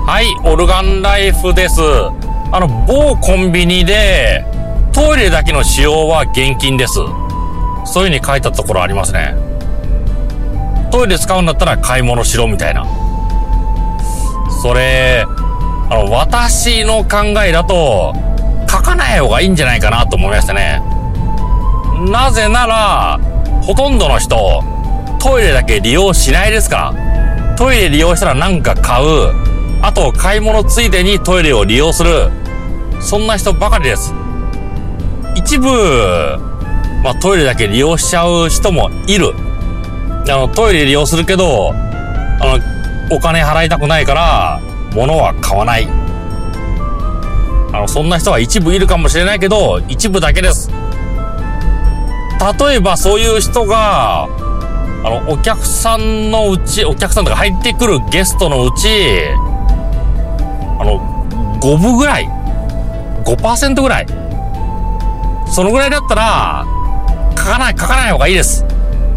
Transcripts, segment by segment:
はい、オルガンライフです。某コンビニでトイレだけの使用は厳禁です。そういう風に書いたところありますね。トイレ使うんだったら買い物しろみたいな。それ、私の考えだと書かない方がいいんじゃないかなと思いましたね。なぜなら、ほとんどの人、トイレだけ利用しないですから。トイレ利用したらなんか買う。あと、買い物ついでにトイレを利用する。そんな人ばかりです。一部、トイレだけ利用しちゃう人もいる。トイレ利用するけど、お金払いたくないから、物は買わない。そんな人は一部いるかもしれないけど、一部だけです。例えばそういう人が、お客さんとか入ってくるゲストのうち、5分ぐらい、5% ぐらい、そのぐらいだったら、書かない方がいいです。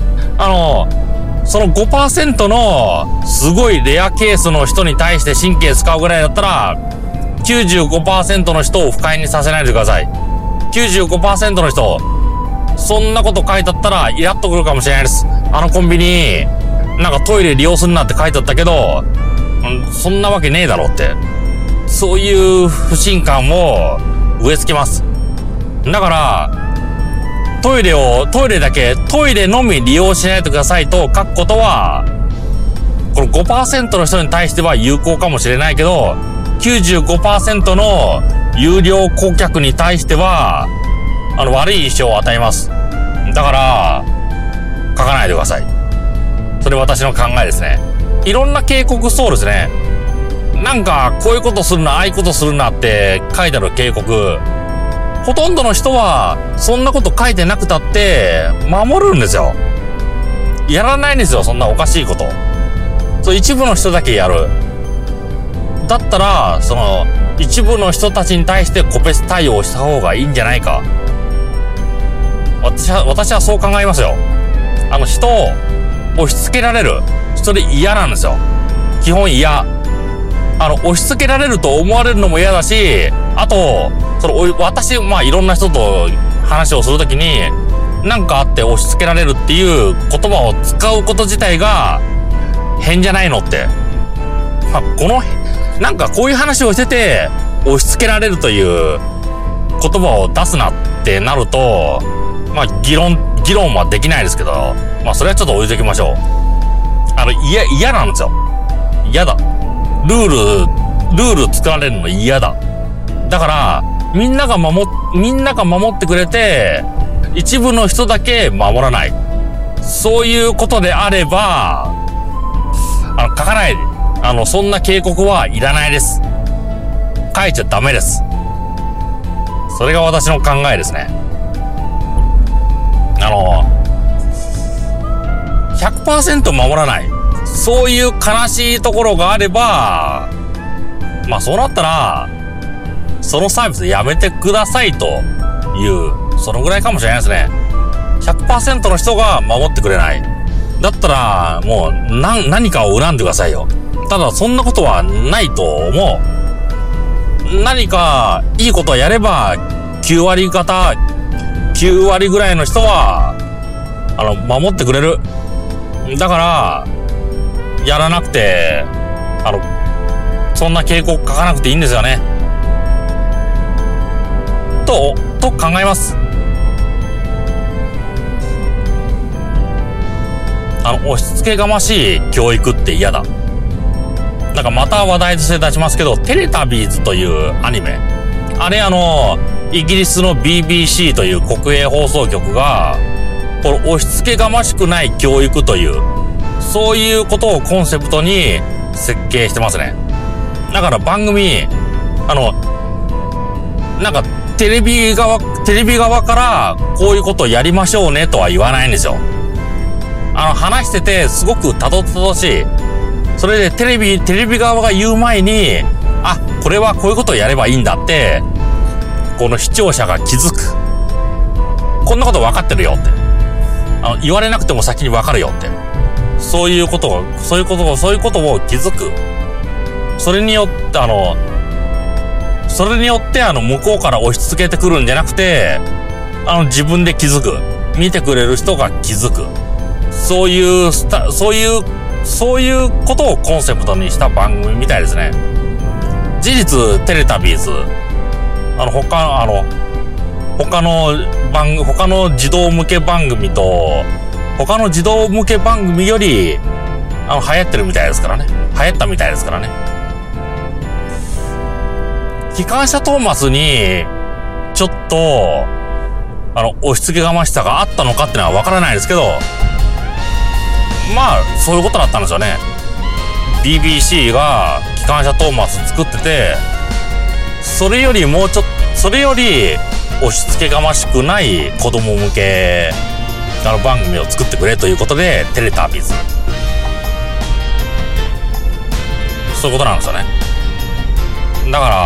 その 5% のすごいレアケースの人に対して神経使うぐらいだったら、95% の人を不快にさせないでください。95% の人、そんなこと書いてあったらイラッとくるかもしれないです。コンビニ、なんかトイレ利用するなって書いてあったけど、そんなわけねえだろって。そういう不信感を植え付けます。だから、トイレのみ利用しないでくださいと書くことは、この 5% の人に対しては有効かもしれないけど、95% の有料顧客に対しては、悪い印象を与えます。だから、書かないでください。それ私の考えですね。いろんな警告そうですね。なんか、こういうことするな、ああいうことするなって書いてある警告。ほとんどの人は、そんなこと書いてなくたって、守るんですよ。やらないんですよ、そんなおかしいこと。そう、一部の人だけやる。だったら、一部の人たちに対して個別対応した方がいいんじゃないか。私はそう考えますよ。人を押し付けられる。それ嫌なんですよ。基本嫌。押し付けられると思われるのも嫌だし、あと、私、いろんな人と話をするときに、なんかあって押し付けられるっていう言葉を使うこと自体が変じゃないのって。なんかこういう話をしてて、押し付けられるという言葉を出すなってなると、議論はできないですけど、それはちょっと置いときましょう。嫌なんですよ。嫌だ。ルール作られるの嫌だ。だから、みんなが守ってくれて、一部の人だけ守らない。そういうことであれば、書かないで。そんな警告はいらないです。書いちゃダメです。それが私の考えですね。100% 守らない。そういう悲しいところがあれば、そうなったら、そのサービスやめてくださいという、そのぐらいかもしれないですね。100% の人が守ってくれない。だったら、もう、何かを恨んでくださいよ。ただ、そんなことはないと思う。何か、いいことをやれば、9割ぐらいの人は、守ってくれる。だから、やらなくて、そんな警告書かなくていいんですよね。と考えます。押し付けがましい教育って嫌だ。なんかまた話題として出しますけど、テレタビーズというアニメ。あれイギリスの BBC という国営放送局が、この押し付けがましくない教育という、そういうことをコンセプトに設計してますね。だから番組、なんかテレビ側からこういうことをやりましょうねとは言わないんですよ。話しててすごくたどたどしい。それでテレビ側が言う前に、これはこういうことをやればいいんだって、この視聴者が気づく。こんなこと分かってるよって。言われなくても先に分かるよって。そういうことを気づく。 それによって向こうから押し付けてくるんじゃなくて、自分で気づく。見てくれる人が気づく。そういうことをコンセプトにした番組みたいですね。事実、テレタビーズ、他の児童向け番組と、他の児童向け番組より、流行ったみたいですからね。機関車トーマスに、ちょっと、押し付けがましさがあったのかってのはわからないですけど、まあ、そういうことだったんですよね。BBC が機関車トーマス作ってて、それより押し付けがましくない子供向け、番組を作ってくれということで、テレタビーズ。そういうことなんですよね。だから、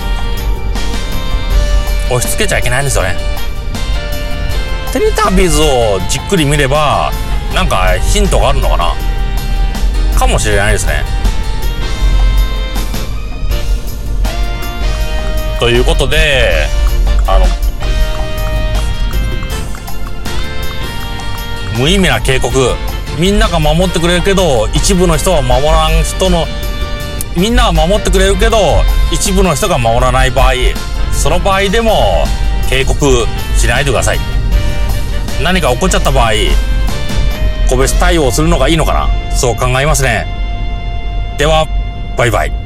押し付けちゃいけないんですよね。テレタビーズをじっくり見れば、なんかヒントがあるのかな？かもしれないですね。ということで、無意味な警告。みんなが守ってくれるけど、一部の人は守らん人の、みんなは守ってくれるけど、一部の人が守らない場合、その場合でも警告しないでください。何か起こっちゃった場合、個別対応するのがいいのかな、そう考えますね。では、バイバイ。